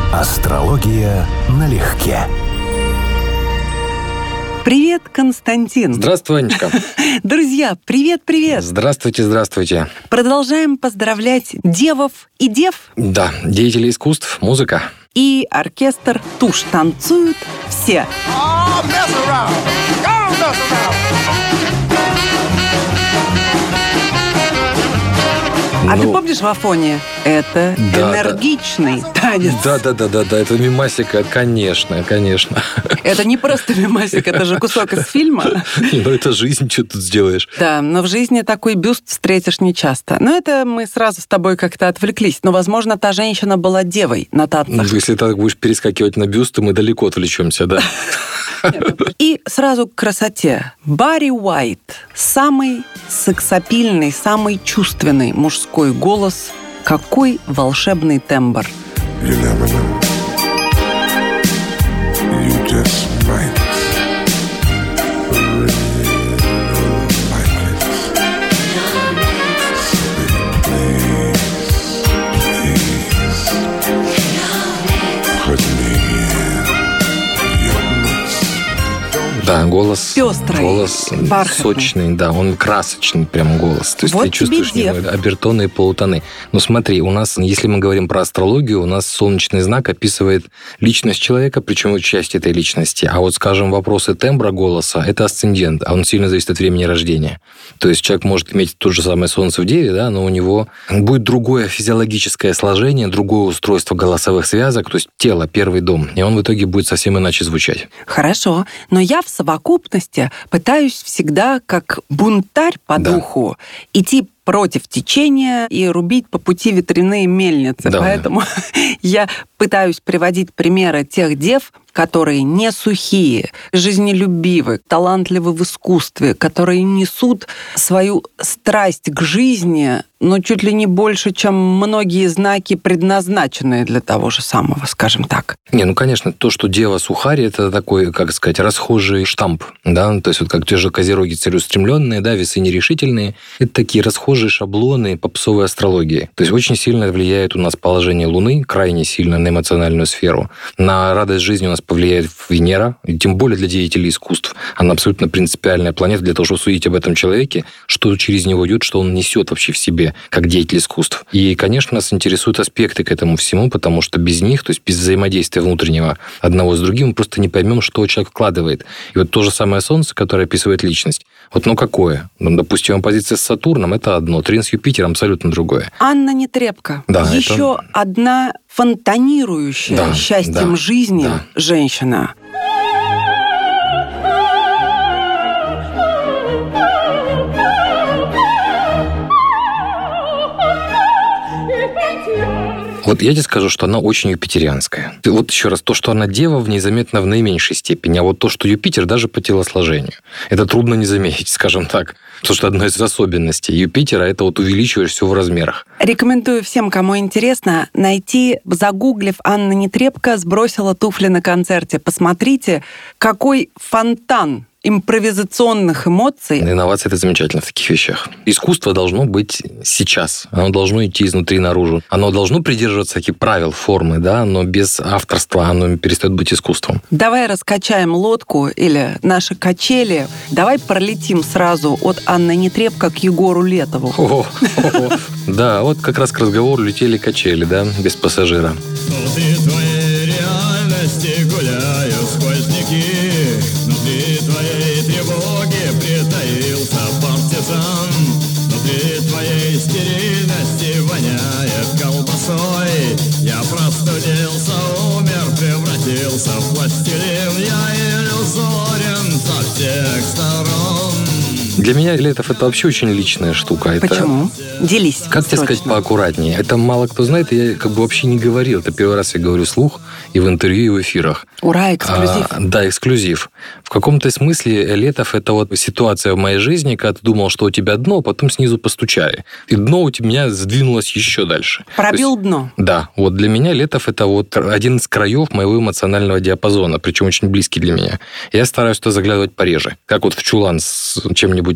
Астрология налегке. Привет, Константин. Здравствуй, Анечка. Друзья, привет-привет. Здравствуйте. Продолжаем поздравлять девов и дев. Да, деятели искусств, музыка. И оркестр «Тушь» танцуют все. А ты помнишь в Афоне? Это энергичный танец. Да, это мемасика, конечно. Это не просто мемасик, это же кусок из фильма. Ну, это жизнь, что тут сделаешь. Да, но в жизни такой бюст встретишь нечасто. Но это мы сразу с тобой как-то отвлеклись. Но, возможно, та женщина была девой на танцах. Если так будешь перескакивать на бюст, то мы далеко отвлечемся, да. И сразу к красоте. Барри Уайт. Самый сексапильный, самый чувственный мужской голос. Какой волшебный тембр. Да, голос пестрый, голос бархатный. Сочный, да, он красочный прям голос. То есть вот ты чувствуешь обертоны и полутоны. Но смотри, у нас, если мы говорим про астрологию, у нас солнечный знак описывает личность человека, причем часть этой личности. А вот, скажем, вопросы тембра голоса – это асцендент, а он сильно зависит от времени рождения. То есть человек может иметь то же самое солнце в Деве, да, но у него будет другое физиологическое сложение, другое устройство голосовых связок, то есть тело, первый дом, и он в итоге будет совсем иначе звучать. Хорошо, но я в совокупности пытаюсь всегда, как бунтарь по духу, идти против течения и рубить по пути ветряные мельницы. Да. Поэтому я пытаюсь приводить примеры тех дев, которые не сухие, жизнелюбивы, талантливы в искусстве, которые несут свою страсть к жизни, но чуть ли не больше, чем многие знаки, предназначенные для того же самого, скажем так. Конечно, то, что дева сухарь, это такой, как сказать, расхожий штамп, да, то есть вот как те же козероги целеустремленные, да, весы нерешительные, это такие расхожие шаблоны попсовой астрологии. То есть очень сильно влияет у нас положение Луны, крайне сильно на эмоциональную сферу. На радость жизни у нас повлияет Венера, и тем более для деятелей искусств. Она абсолютно принципиальная планета для того, чтобы судить об этом человеке, что через него идет, что он несет вообще в себе, как деятель искусств. И, конечно, нас интересуют аспекты к этому всему, потому что без них, то есть без взаимодействия внутреннего одного с другим, мы просто не поймем, что человек вкладывает. И вот то же самое Солнце, которое описывает личность. Вот, какое? Допустим, оппозиция с Сатурном – это одно, трин с Юпитером – абсолютно другое. Анна Нетребко. Да, еще одна фонтанирующая счастьем жизни женщина. Вот я тебе скажу, что она очень юпитерианская. Вот еще раз, то, что она дева, в ней заметно в наименьшей степени. А вот то, что Юпитер, даже по телосложению. Это трудно не заметить, скажем так. Потому что одна из особенностей Юпитера – это вот увеличиваешь все в размерах. Рекомендую всем, кому интересно, найти, загуглив «Анна Нетребко сбросила туфли на концерте». Посмотрите, какой фонтан импровизационных эмоций. Инновация – это замечательно в таких вещах. Искусство должно быть сейчас. Оно должно идти изнутри наружу. Оно должно придерживаться таких правил, формы, да, но без авторства оно перестает быть искусством. Давай раскачаем лодку или наши качели. Давай пролетим сразу от Анны Нетребко к Егору Летову. Да, вот как раз к разговору летели качели, да, без пассажира. Внутри твоей реальности гуляют сквозняки. Внутри твоей тревоги притаился партизан. Внутри твоей стерильности воняет колбасой. Я простудился, умер, превратился в пластилин. Я иллюзорен со всех сторон. Для меня Летов – это вообще очень личная штука. Почему? Делись. Как тебе сказать поаккуратнее? Это мало кто знает, и я вообще не говорил. Это первый раз я говорю вслух и в интервью, и в эфирах. Ура, эксклюзив. Да, эксклюзив. В каком-то смысле Летов – это вот ситуация в моей жизни, когда ты думал, что у тебя дно, потом снизу постучали. И дно у меня сдвинулось еще дальше. Пробил дно. Да. Вот для меня Летов – это вот один из краев моего эмоционального диапазона, причем очень близкий для меня. Я стараюсь туда заглядывать пореже. Как вот в чулан с чем-нибудь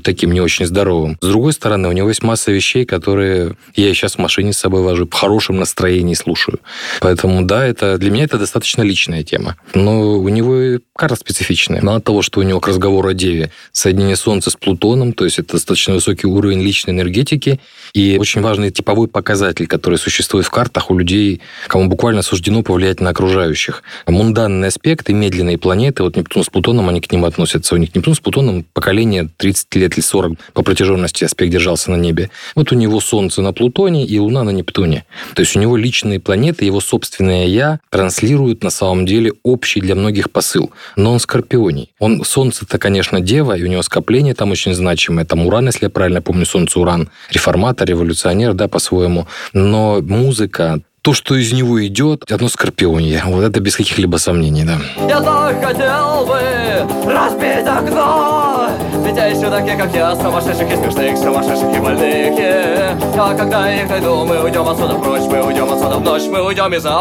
быть таким не очень здоровым. С другой стороны, у него есть масса вещей, которые я и сейчас в машине с собой вожу, в хорошем настроении слушаю. Поэтому, да, для меня это достаточно личная тема. Но у него и карта специфичная. Мало того, что у него к разговору о Деве соединение Солнца с Плутоном, то есть это достаточно высокий уровень личной энергетики и очень важный типовой показатель, который существует в картах у людей, кому буквально суждено повлиять на окружающих. Мунданные аспекты, медленные планеты, вот Нептун с Плутоном, они к ним относятся. У них Нептун с Плутоном поколение 30 лет или 40 по протяженности аспект держался на небе. Вот у него Солнце на Плутоне и Луна на Нептуне. То есть у него личные планеты, его собственное «я» транслируют на самом деле общий для многих посыл. Но он скорпионий. Солнце-то, конечно, Дева, и у него скопление там очень значимое. Там Уран, если я правильно помню, Солнце Уран, реформатор, революционер, да, по-своему. Но музыка, то, что из него идет, одно скорпионье. Вот это без каких-либо сомнений, да. Я так хотел бы разбить окно, ведь я ищу таких, как я, сумасшедших и смешных, сумасшедших и больных. А когда их найду, мы уйдем отсюда прочь, мы уйдем отсюда в ночь, мы уйдем из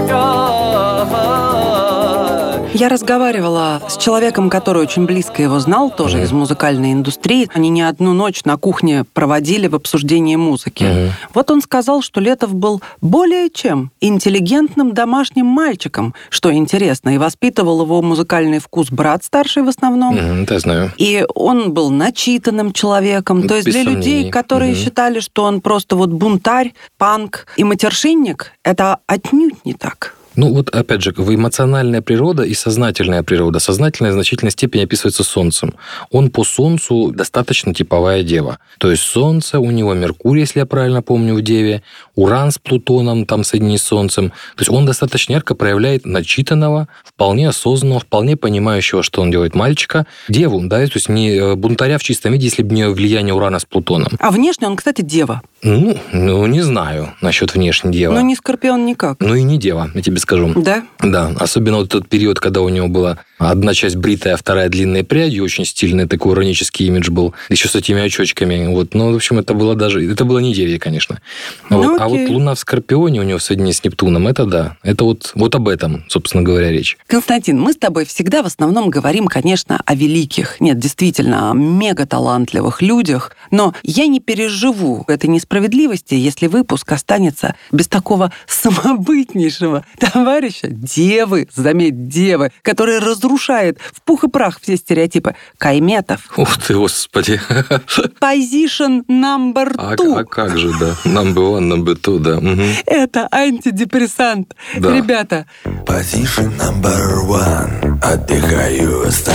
зоопарка. Я разговаривала с человеком, который очень близко его знал, тоже из музыкальной индустрии. Они не одну ночь на кухне проводили в обсуждении музыки. Вот он сказал, что Летов был более чем интеллигентным домашним мальчиком, что интересно, и воспитывал его музыкальный вкус брат старший в основном. Это я знаю. И он был начитанным человеком. То есть Без для сомнений. людей, которые считали, что он просто вот бунтарь, панк и матершинник, это отнюдь не так. Ну вот, опять же, эмоциональная природа и сознательная природа. Сознательная в значительной степени описывается Солнцем. Он по Солнцу достаточно типовая Дева. То есть Солнце, у него Меркурий, если я правильно помню, в Деве, Уран с Плутоном, там соединение с Солнцем. То есть он достаточно ярко проявляет начитанного, вполне осознанного, вполне понимающего, что он делает мальчика, Деву, да, то есть не бунтаря в чистом виде, если бы не влияние Урана с Плутоном. А внешне он, кстати, Дева. Ну, не знаю насчет внешней Девы. Но не Скорпион никак. Ну и не Дева, я тебе скажу. Да? Да, особенно вот тот период, когда у него была одна часть бритая, а вторая длинной прядью, очень стильный такой иронический имидж был, еще с этими очочками. Вот. Ну, в общем, это было не Деве, конечно. А вот Луна в Скорпионе у него в соединении с Нептуном, это да. Это вот об этом, собственно говоря, речь. Константин, мы с тобой всегда в основном говорим, конечно, о великих, нет, действительно, о мегаталантливых людях, но я не переживу этой несправедливости, если выпуск останется без такого самобытнейшего товарища, Девы, заметь, Девы, который разрушает в пух и прах все стереотипы. Кайметов. Ух ты, господи. Position number 2. А как же, да. Number one, number two, да. Угу. Это антидепрессант. Да. Rебята. Position number one. Отдыхаю сам.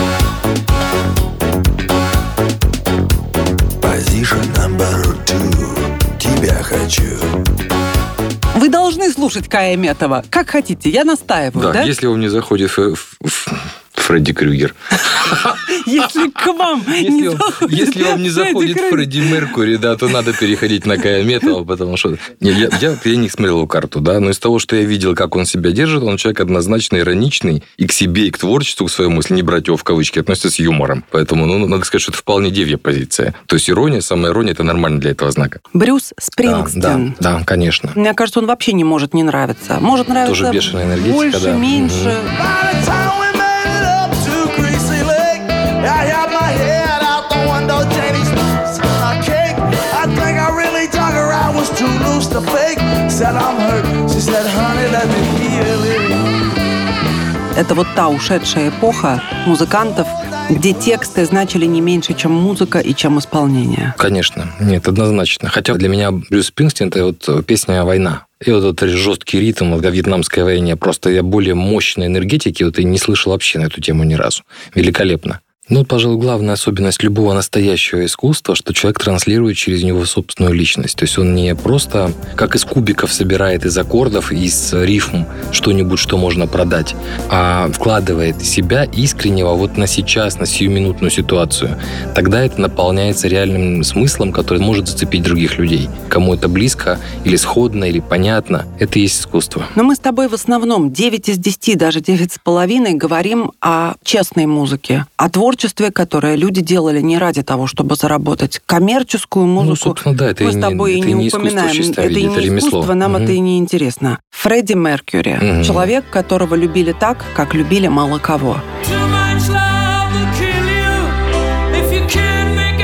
Position number two. Тебя хочу. Вы должны слушать Кайметова. Как хотите, я настаиваю, да? Если вам не заходит Фредди Крюгер. Если к вам Если вам не заходит Фредди Меркури, да, то надо переходить на Кайметова, потому что... Я не смотрел его карту, да, но из того, что я видел, как он себя держит, он человек однозначно ироничный и к себе, и к творчеству, к своему, если не брать его в кавычки, относится с юмором. Поэтому, надо сказать, что это вполне девья позиция. То есть ирония, самая ирония, это нормально для этого знака. Брюс Спрингстин. Да, конечно. Мне кажется, он вообще не может не нравиться. Может нравиться тоже бешеная энергетика, больше, да. меньше. Это вот та ушедшая эпоха музыкантов, где тексты значили не меньше, чем музыка и чем исполнение. Конечно, нет, однозначно. Хотя для меня Брюс Спрингстин – это вот песня «Война». И вот этот жесткий ритм в Вьетнамской войне. Просто я более мощной энергетики вот и не слышал вообще на эту тему ни разу. Великолепно. Ну, пожалуй, главная особенность любого настоящего искусства, что человек транслирует через него собственную личность. То есть он не просто, как из кубиков собирает из аккордов, из рифм что-нибудь, что можно продать, а вкладывает себя искреннего вот на сейчас, на сиюминутную ситуацию. Тогда это наполняется реальным смыслом, который может зацепить других людей. Кому это близко, или сходно, или понятно, это и есть искусство. Но мы с тобой в основном 9 из 10, даже 9,5 говорим о честной музыке, о творчестве, которое люди делали не ради того, чтобы заработать. Коммерческую музыку собственно, да, это мы с тобой и не упоминаем. Это и не искусство, нам это и не интересно. Фредди Меркьюри. Человек, которого любили так, как любили мало кого. Too much love will kill you if you can't make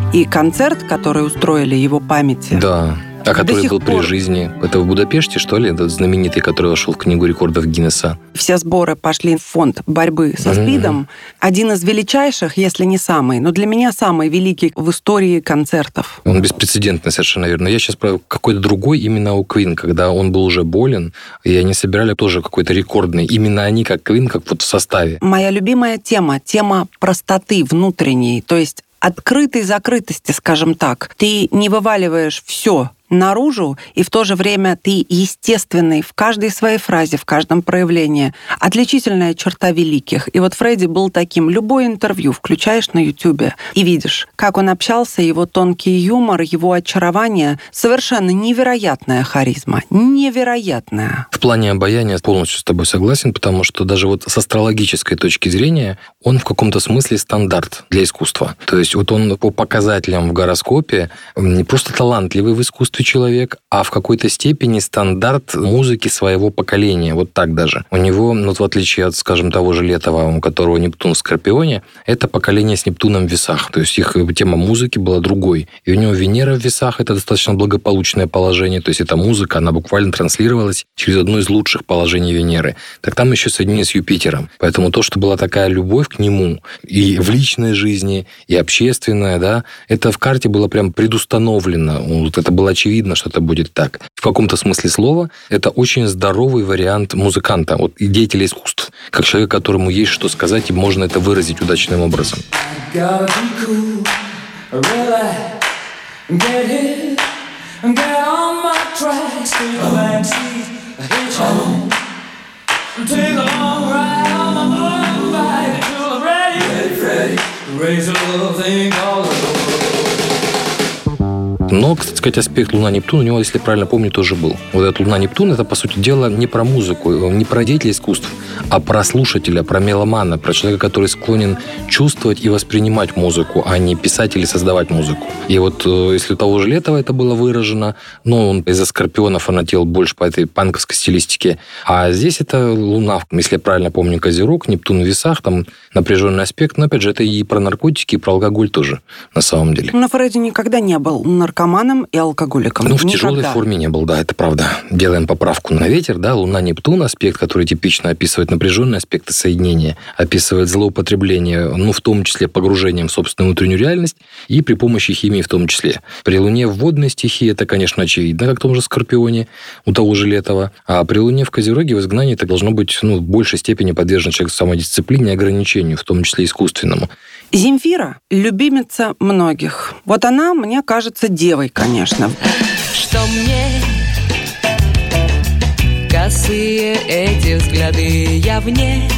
И концерт, который устроили его памяти... Да. А который сих был при пор. жизни. Это в Будапеште, что ли? Этот знаменитый, который вошел в Книгу рекордов Гиннесса. Все сборы пошли в фонд борьбы со СПИДом. Один из величайших, если не самый, но для меня самый великий в истории концертов. Он беспрецедентный совершенно верно. Я сейчас про какой-то другой именно у Queen, когда он был уже болен, и они собирали тоже какой-то рекордный. Именно они, как Queen, как вот в составе. Моя любимая тема простоты внутренней, то есть открытой закрытости, скажем так. Ты не вываливаешь все наружу, и в то же время ты естественный в каждой своей фразе, в каждом проявлении. Отличительная черта великих. И вот Фредди был таким. Любое интервью включаешь на Ютубе и видишь, как он общался, его тонкий юмор, его очарование. Совершенно невероятная харизма. Невероятная. В плане обаяния полностью с тобой согласен, потому что даже вот с астрологической точки зрения он в каком-то смысле стандарт для искусства. То есть вот он по показателям в гороскопе не просто талантливый в искусстве человек, а в какой-то степени стандарт музыки своего поколения. Вот так даже. У него, ну, в отличие от, скажем, того же Летова, у которого Нептун в Скорпионе, это поколение с Нептуном в весах. То есть их тема музыки была другой. И у него Венера в весах — это достаточно благополучное положение. То есть эта музыка, она буквально транслировалась через одно из лучших положений Венеры. Так там еще соединение с Юпитером. Поэтому то, что была такая любовь к нему и в личной жизни, и общественная, да, это в карте было прям предустановлено. Вот это было очевидно, что это будет так. В каком-то смысле слова это очень здоровый вариант музыканта, вот, и деятеля искусств, как человек, которому есть что сказать, и можно это выразить удачным образом. Но, кстати сказать, аспект Луна-Нептун у него, если правильно помню, тоже был. Вот этот Луна-Нептун — это, по сути дела, не про музыку, не про деятеля искусств, а про слушателя, про меломана, про человека, который склонен чувствовать и воспринимать музыку, а не писать или создавать музыку. И вот если у того же Летова это было выражено, ну, он из-за Скорпиона фанател больше по этой панковской стилистике. А здесь это Луна, если я правильно помню, Козерог, Нептун в весах, там напряженный аспект. Но, опять же, это и про наркотики, и про алкоголь тоже, на самом деле. Но Фредди никогда не был наркоманом и алкоголиком. Ну, в Никогда. тяжелой форме не был, да, это правда. Делаем поправку на ветер, да, Луна-Нептун, аспект, который типично описывает напряженные аспекты соединения, описывает злоупотребление, ну, в том числе погружением в собственную внутреннюю реальность и при помощи химии в том числе. При Луне в водной стихии это, конечно, очевидно, как в том же Скорпионе, у того же Летова. А при Луне в Козероге, в изгнании, это должно быть, ну, в большей степени подвержен человек самодисциплине и ограничению, в том числе искусственному. Земфира – любимица многих. Вот она, мне кажется, девой, конечно. Что мне косые эти взгляды, я вне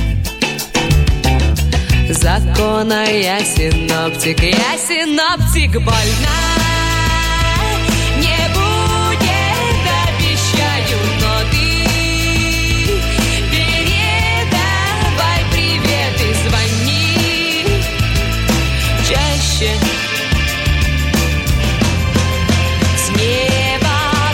закона, я синоптик больна. Не будет, обещаю, но ты передавай привет и звони чаще. С неба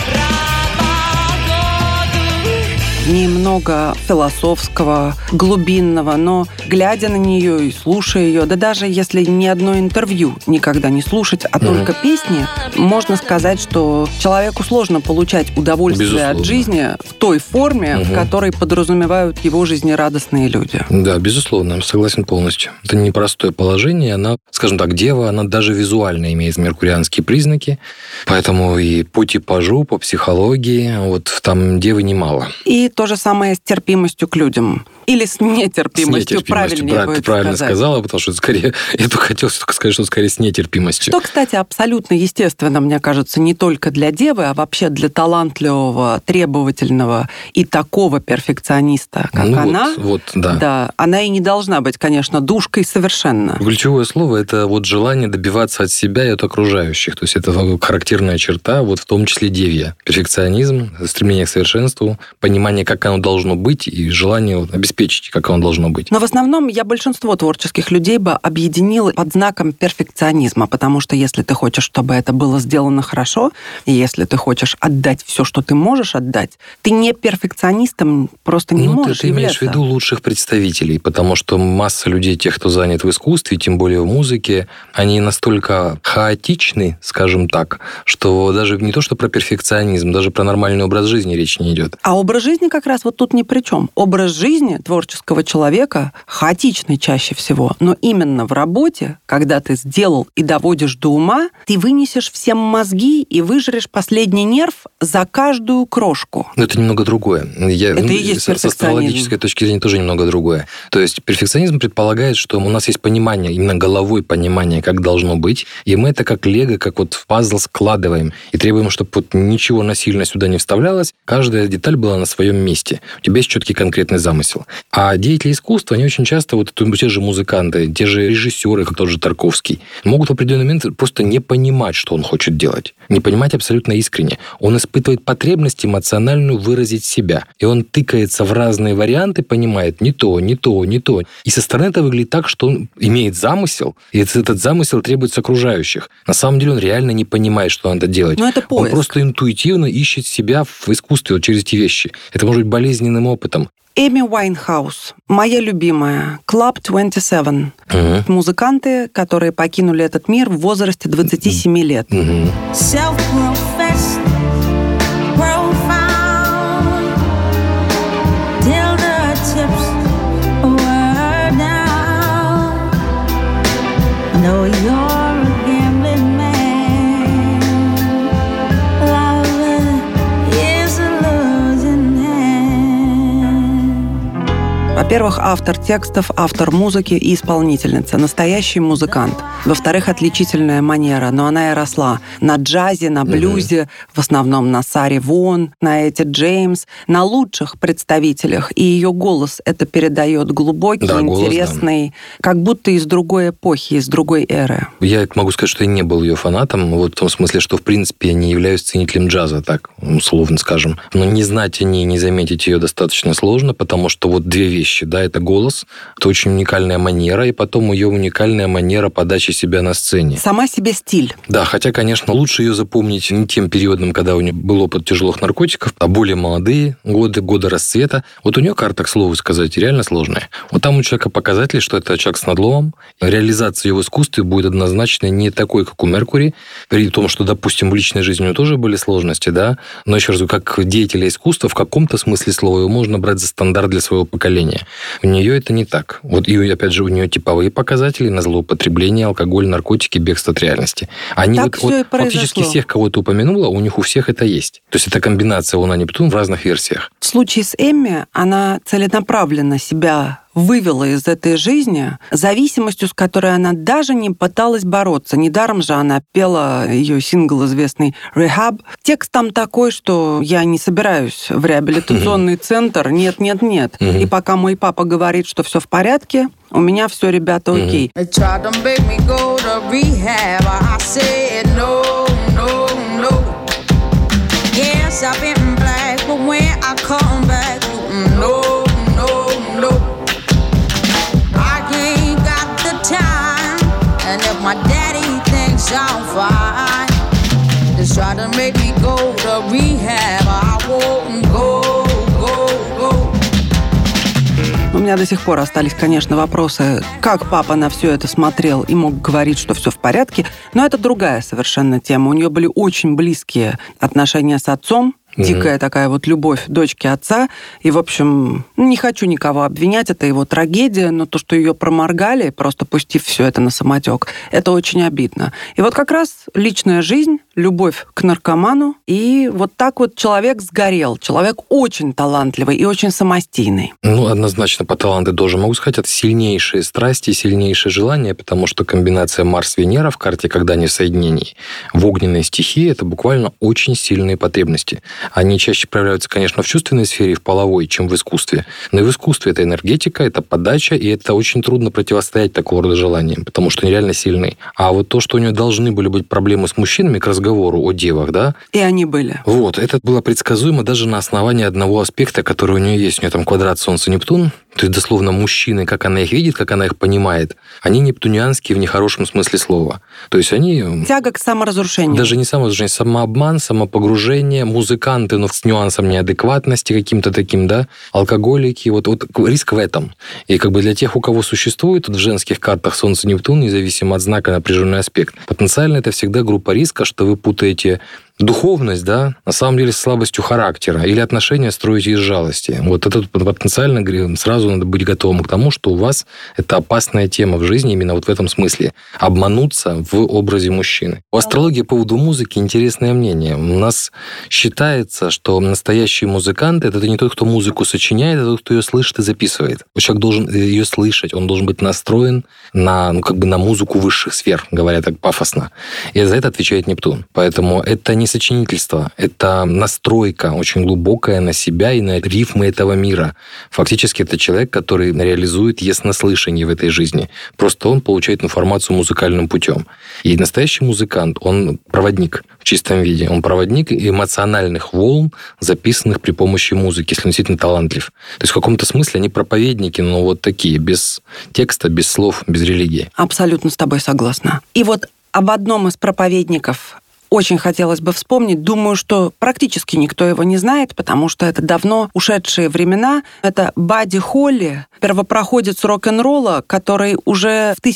про погоду. В ней много философского, глубинного, но глядя на нее и слушая ее, да даже если ни одно интервью никогда не слушать, а только песни, можно сказать, что человеку сложно получать удовольствие Безусловно. от жизни в той форме, в которой подразумевают его жизнерадостные люди. Да, безусловно, согласен полностью. Это непростое положение. Она, скажем так, дева, она даже визуально имеет меркурианские признаки. Поэтому и по типажу, по психологии, вот там девы немало. И то же самое с терпимостью к людям. Или с нетерпимостью, правильнее будет ты правильно сказать. сказала, потому что скорее, я только хотел только сказать, что скорее с нетерпимостью. Что, кстати, абсолютно естественно, мне кажется, не только для девы, а вообще для талантливого, требовательного и такого перфекциониста, как Ну она. Вот, да. Да, она и не должна быть, конечно, душкой совершенно. Ключевое слово – это вот желание добиваться от себя и от окружающих. То есть это характерная черта, вот в том числе девья. Перфекционизм, стремление к совершенству, понимание, как оно должно быть, и желание обеспечить обеспечить, как оно должно быть. Но в основном я большинство творческих людей бы объединила под знаком перфекционизма, потому что если ты хочешь, чтобы это было сделано хорошо, и если ты хочешь отдать все, что ты можешь отдать, ты не перфекционистом просто не можешь ты имеешь в виду лучших представителей, потому что масса людей, тех, кто занят в искусстве, тем более в музыке, они настолько хаотичны, скажем так, что даже не то, что про перфекционизм, даже про нормальный образ жизни речь не идет. А образ жизни как раз вот тут ни при чем. Образ жизни творческого человека хаотичный чаще всего, но именно в работе, когда ты сделал и доводишь до ума, ты вынесешь всем мозги и выжрешь последний нерв за каждую крошку. Но это немного другое. Это и есть с перфекционизм. астрологической точки зрения тоже немного другое. То есть перфекционизм предполагает, что у нас есть понимание, именно головой понимание, как должно быть, и мы это как лего, как вот в пазл складываем, и требуем, чтобы вот ничего насильно сюда не вставлялось, каждая деталь была на своем месте. У тебя есть четкий конкретный замысел. А деятели искусства, они очень часто, вот те же музыканты, те же режиссеры, как тот же Тарковский, могут в определенный момент просто не понимать, что он хочет делать. Не понимать абсолютно искренне. Он испытывает потребность эмоциональную выразить себя. И он тыкается в разные варианты, понимает не то, не то, не то. И со стороны это выглядит так, что он имеет замысел, и этот замысел требуется окружающих. На самом деле он реально не понимает, что надо делать. Но это поиск. Он просто интуитивно ищет себя в искусстве вот через эти вещи. Это может быть болезненным опытом. Эми Уайнхаус, моя любимая, Club 27. Музыканты, которые покинули этот мир в возрасте 27 лет. Self-professed, profound, till the tips were down. No, you're a gambling man. Love is a losing hand. Во-первых, автор текстов, автор музыки и исполнительница. Настоящий музыкант. Во-вторых, отличительная манера. Но она и росла на джазе, на блюзе, в основном на Саре Вон, на Эти Джеймс, на лучших представителях. И ее голос это передает глубокий, Да, голос, интересный, как будто из другой эпохи, из другой эры. Я могу сказать, что я не был ее фанатом, вот в том смысле, что, в принципе, я не являюсь ценителем джаза, так, условно скажем. Но не знать о ней, не заметить ее достаточно сложно, потому что вот две вещи, да, это голос, это очень уникальная манера, и потом ее уникальная манера подачи себя на сцене. Сама себе стиль. Да, хотя, конечно, лучше ее запомнить не тем периодом, когда у нее был опыт тяжелых наркотиков, а более молодые годы расцвета. Вот у нее карта, к слову сказать, реально сложная. Вот там у человека показатели, что это человек с надломом. Реализация его в искусстве будет однозначно не такой, как у Меркури, при том, что, допустим, в личной жизни у него тоже были сложности, да, но еще раз говорю, как деятеля искусства, в каком-то смысле слова его можно брать за стандарт для своего поколения. У нее это не так. Вот и, опять же, у нее типовые показатели на злоупотребление, алкоголь, наркотики, бегство от реальности. Они Так вот всё и фактически произошло. всех, кого ты упомянула, у них у всех это есть. То есть это комбинация Луна-Нептун в разных версиях. В случае с Эмми она целенаправленно себя вывела из этой жизни зависимостью, с которой она даже не пыталась бороться. Недаром же она пела ее сингл известный «Rehab». Текст там такой, что я не собираюсь в реабилитационный центр. Нет, нет, нет. И пока мой папа говорит, что все в порядке, у меня все, ребята, окей. They tried to make me go to rehab. I said no, no, no. Yes, I've been black, but when I come back, no, no, no. I ain't got the time, and if my daddy thinks I'm fine, just try to make me go to rehab. I won't go, go, go. У меня до сих пор остались, конечно, вопросы, как папа на все это смотрел и мог говорить, что все в порядке. Но это другая совершенно тема. У нее были очень близкие отношения с отцом. Дикая такая вот любовь дочки отца. И, в общем, не хочу никого обвинять, это его трагедия, но то, что ее проморгали, просто пустив все это на самотек, это очень обидно. И вот как раз личная жизнь, любовь к наркоману, и вот так вот человек сгорел. Человек очень талантливый и очень самостийный. Ну, однозначно по таланту тоже могу сказать, это сильнейшие страсти, сильнейшие желания, потому что комбинация Марс-Венера в карте, когда они в соединении, в огненной стихии, это буквально очень сильные потребности. Они чаще проявляются, конечно, в чувственной сфере, в половой, чем в искусстве. Но и в искусстве это энергетика, это подача, и это очень трудно противостоять такого рода желаниям, потому что они реально сильны. А вот то, что у нее должны были быть проблемы с мужчинами к разговору о девах, да? И они были. Вот, это было предсказуемо даже на основании одного аспекта, который у нее есть. У нее там квадрат Солнца-Нептун, то есть, дословно, мужчины, как она их видит, как она их понимает, они нептунианские в нехорошем смысле слова. То есть они... Тяга к саморазрушению. Даже не саморазрушение, самообман, самопогружение, музыканты, но с нюансом неадекватности каким-то таким, да, алкоголики, вот риск в этом. И как бы для тех, у кого существует в женских картах Солнце-Нептун, независимо от знака, напряженный аспект, потенциально это всегда группа риска, что вы путаете духовность, да, на самом деле с слабостью характера, или отношения строите из жалости. Вот это потенциально сразу надо быть готовым к тому, что у вас это опасная тема в жизни именно вот в этом смысле. Обмануться в образе мужчины. У астрологии по поводу музыки интересное мнение. У нас считается, что настоящий музыкант — это не тот, кто музыку сочиняет, а тот, кто ее слышит и записывает. Человек должен ее слышать, он должен быть настроен на, на музыку высших сфер, говоря так пафосно. И за это отвечает Нептун. Поэтому это не сочинительство, это настройка очень глубокая на себя и на рифмы этого мира. Фактически это человек, который реализует яснослышание в этой жизни. Просто он получает информацию музыкальным путем. И настоящий музыкант, он проводник в чистом виде. Он проводник эмоциональных волн, записанных при помощи музыки, если он действительно талантлив. То есть в каком-то смысле они проповедники, но вот такие, без текста, без слов, без религии. Абсолютно с тобой согласна. И вот об одном из проповедников очень хотелось бы вспомнить. Думаю, что практически никто его не знает, потому что это давно ушедшие времена. Это Бадди Холли, первопроходец рок-н-ролла, который уже в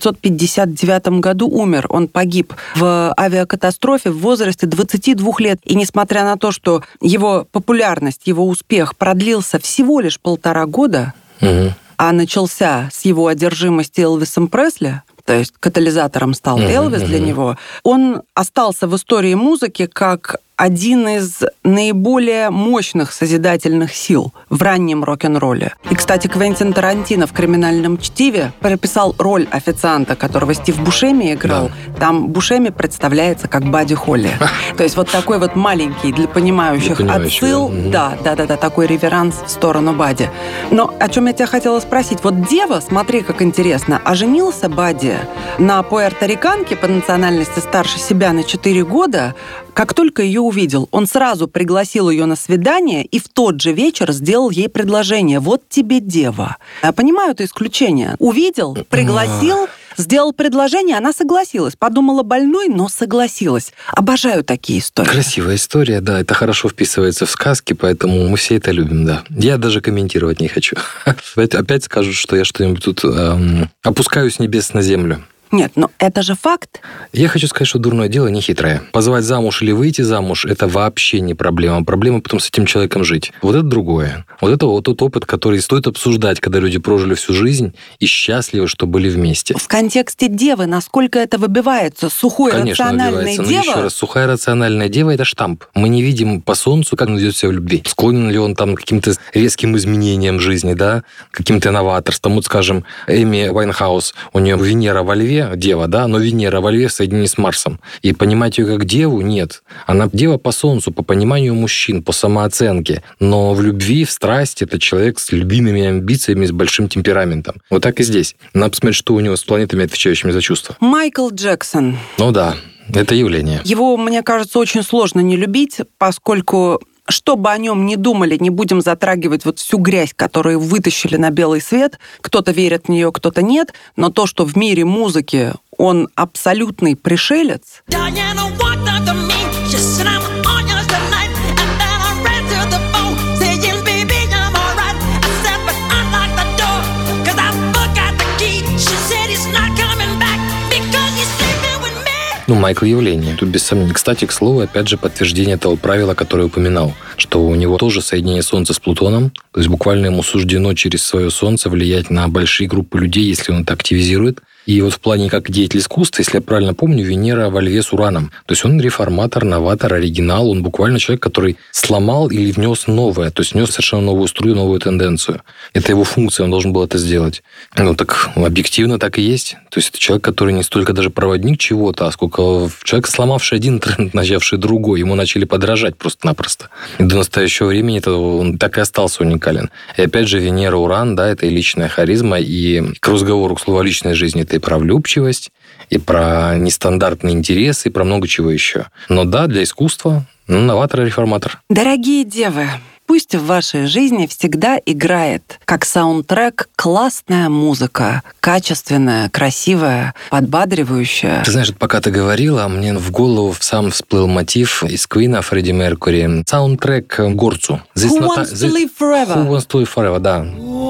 1959 году умер. Он погиб в авиакатастрофе в возрасте 22 лет. И несмотря на то, что его популярность, его успех продлился всего лишь 1,5 года, а начался с его одержимости Элвисом Пресли, то есть катализатором стал Элвис для него, он остался в истории музыки как один из наиболее мощных созидательных сил в раннем рок-н-ролле. И, кстати, Квентин Тарантино в «Криминальном чтиве» прописал роль официанта, которого Стив Бушеми играл. Да. Там Бушеми представляется как Бадди Холли. То есть вот такой вот маленький для понимающих отсыл. Да, такой реверанс в сторону Бадди. Но о чем я тебя хотела спросить. Вот Дева, смотри, как интересно, женился Бадди на пуэрториканке по национальности старше себя на 4 года. Как только ее увидел, он сразу пригласил ее на свидание и в тот же вечер сделал ей предложение. Вот тебе дева. Я понимаю это исключение. Увидел, пригласил, сделал предложение, она согласилась. Подумала больной, но согласилась. Обожаю такие истории. Красивая история, да. Это хорошо вписывается в сказки, поэтому мы все это любим, да. Я даже комментировать не хочу. Опять скажут, что я что-нибудь тут опускаю с небес на землю. Нет, но это же факт. Я хочу сказать, что дурное дело не хитрое. Позвать замуж или выйти замуж – это вообще не проблема. Проблема потом с этим человеком жить. Вот это другое. Вот это вот тот опыт, который стоит обсуждать, когда люди прожили всю жизнь и счастливы, что были вместе. В контексте девы, насколько это выбивается? Сухой рациональной девы? Но еще раз, сухая рациональная дева – это штамп. Мы не видим по Солнцу, как он ведет себя в любви. Склонен ли он там к каким-то резким изменениям жизни, да, каким-то новаторством. Вот, скажем, Эми Уайнхаус, у нее Венера во Льве, дева, да, но Венера во Льве в соединении с Марсом. И понимать ее как деву нет. Она дева по Солнцу, по пониманию мужчин, по самооценке. Но в любви, в страсти это человек с любимыми амбициями, с большим темпераментом. Вот так и здесь. Надо посмотреть, что у него с планетами, отвечающими за чувства. Майкл Джексон. Ну да, это явление. Его, мне кажется, очень сложно не любить, поскольку что бы о нем ни думали, не будем затрагивать вот всю грязь, которую вытащили на белый свет. Кто-то верит в нее, кто-то нет. Но то, что в мире музыки он абсолютный пришелец... Ну, Майкл явление, тут без сомнений. Кстати, к слову, опять же, подтверждение того правила, которое я упоминал, что у него тоже соединение Солнца с Плутоном, то есть буквально ему суждено через свое Солнце влиять на большие группы людей, если он это активизирует. И вот в плане как деятель искусства, если я правильно помню, Венера во льве с Ураном. То есть он реформатор, новатор, оригинал. Он буквально человек, который сломал или внес новое. То есть внес совершенно новую струю, новую тенденцию. Это его функция, он должен был это сделать. Ну, так объективно так и есть. То есть это человек, который не столько даже проводник чего-то, а сколько человек, сломавший один тренд, начавший другой. Ему начали подражать просто-напросто. И до настоящего времени он так и остался уникален. И опять же, Венера, Уран, да, это и личная харизма, и к разговору, к слову о личной жизни, это и про влюбчивость, и про нестандартные интересы, и про много чего еще. Но да, для искусства, новатор и реформатор. Дорогие девы, пусть в вашей жизни всегда играет как саундтрек классная музыка, качественная, красивая, подбадривающая. Ты знаешь, пока ты говорила, мне в голову сам всплыл мотив из Квина, Фредди Меркьюри. Саундтрек «Горцу». Who wants to live forever? Who wants to live forever, да.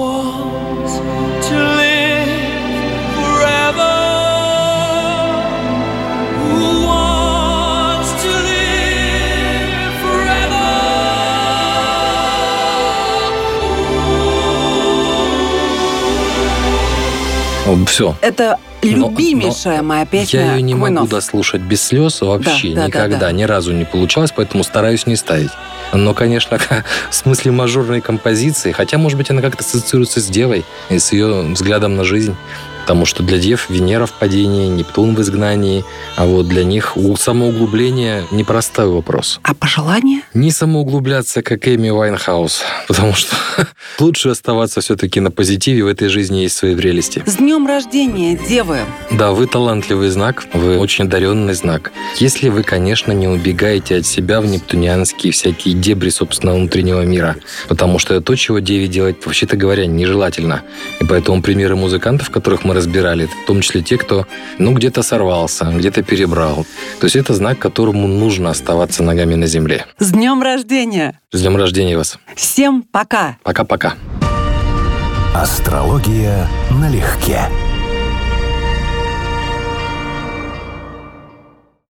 Все. Это любимейшая моя песня. Я ее не Квинов. могу дослушать без слез вообще Да, никогда. да. Ни разу не получалось, поэтому стараюсь не ставить. Но, конечно, в смысле мажорной композиции, хотя, может быть, она как-то ассоциируется с девой и с ее взглядом на жизнь. Потому что для дев Венера в падении, Нептун в изгнании, а вот для них самоуглубление непростой вопрос. А пожелание? Не самоуглубляться, как Эми Уайнхаус, потому что лучше оставаться все-таки на позитиве, в этой жизни есть свои прелести. С днем рождения, девы! Да, вы талантливый знак, вы очень одаренный знак. Если вы, конечно, не убегаете от себя в нептунианские всякие дебри собственного внутреннего мира, потому что это то, чего деве делать, вообще-то говоря, нежелательно. И поэтому примеры музыкантов, которых мы разбирали, в том числе те, кто, где-то сорвался, где-то перебрал. То есть это знак, которому нужно оставаться ногами на земле. С днем рождения! С днем рождения вас! Всем пока! Пока-пока! Астрология налегке.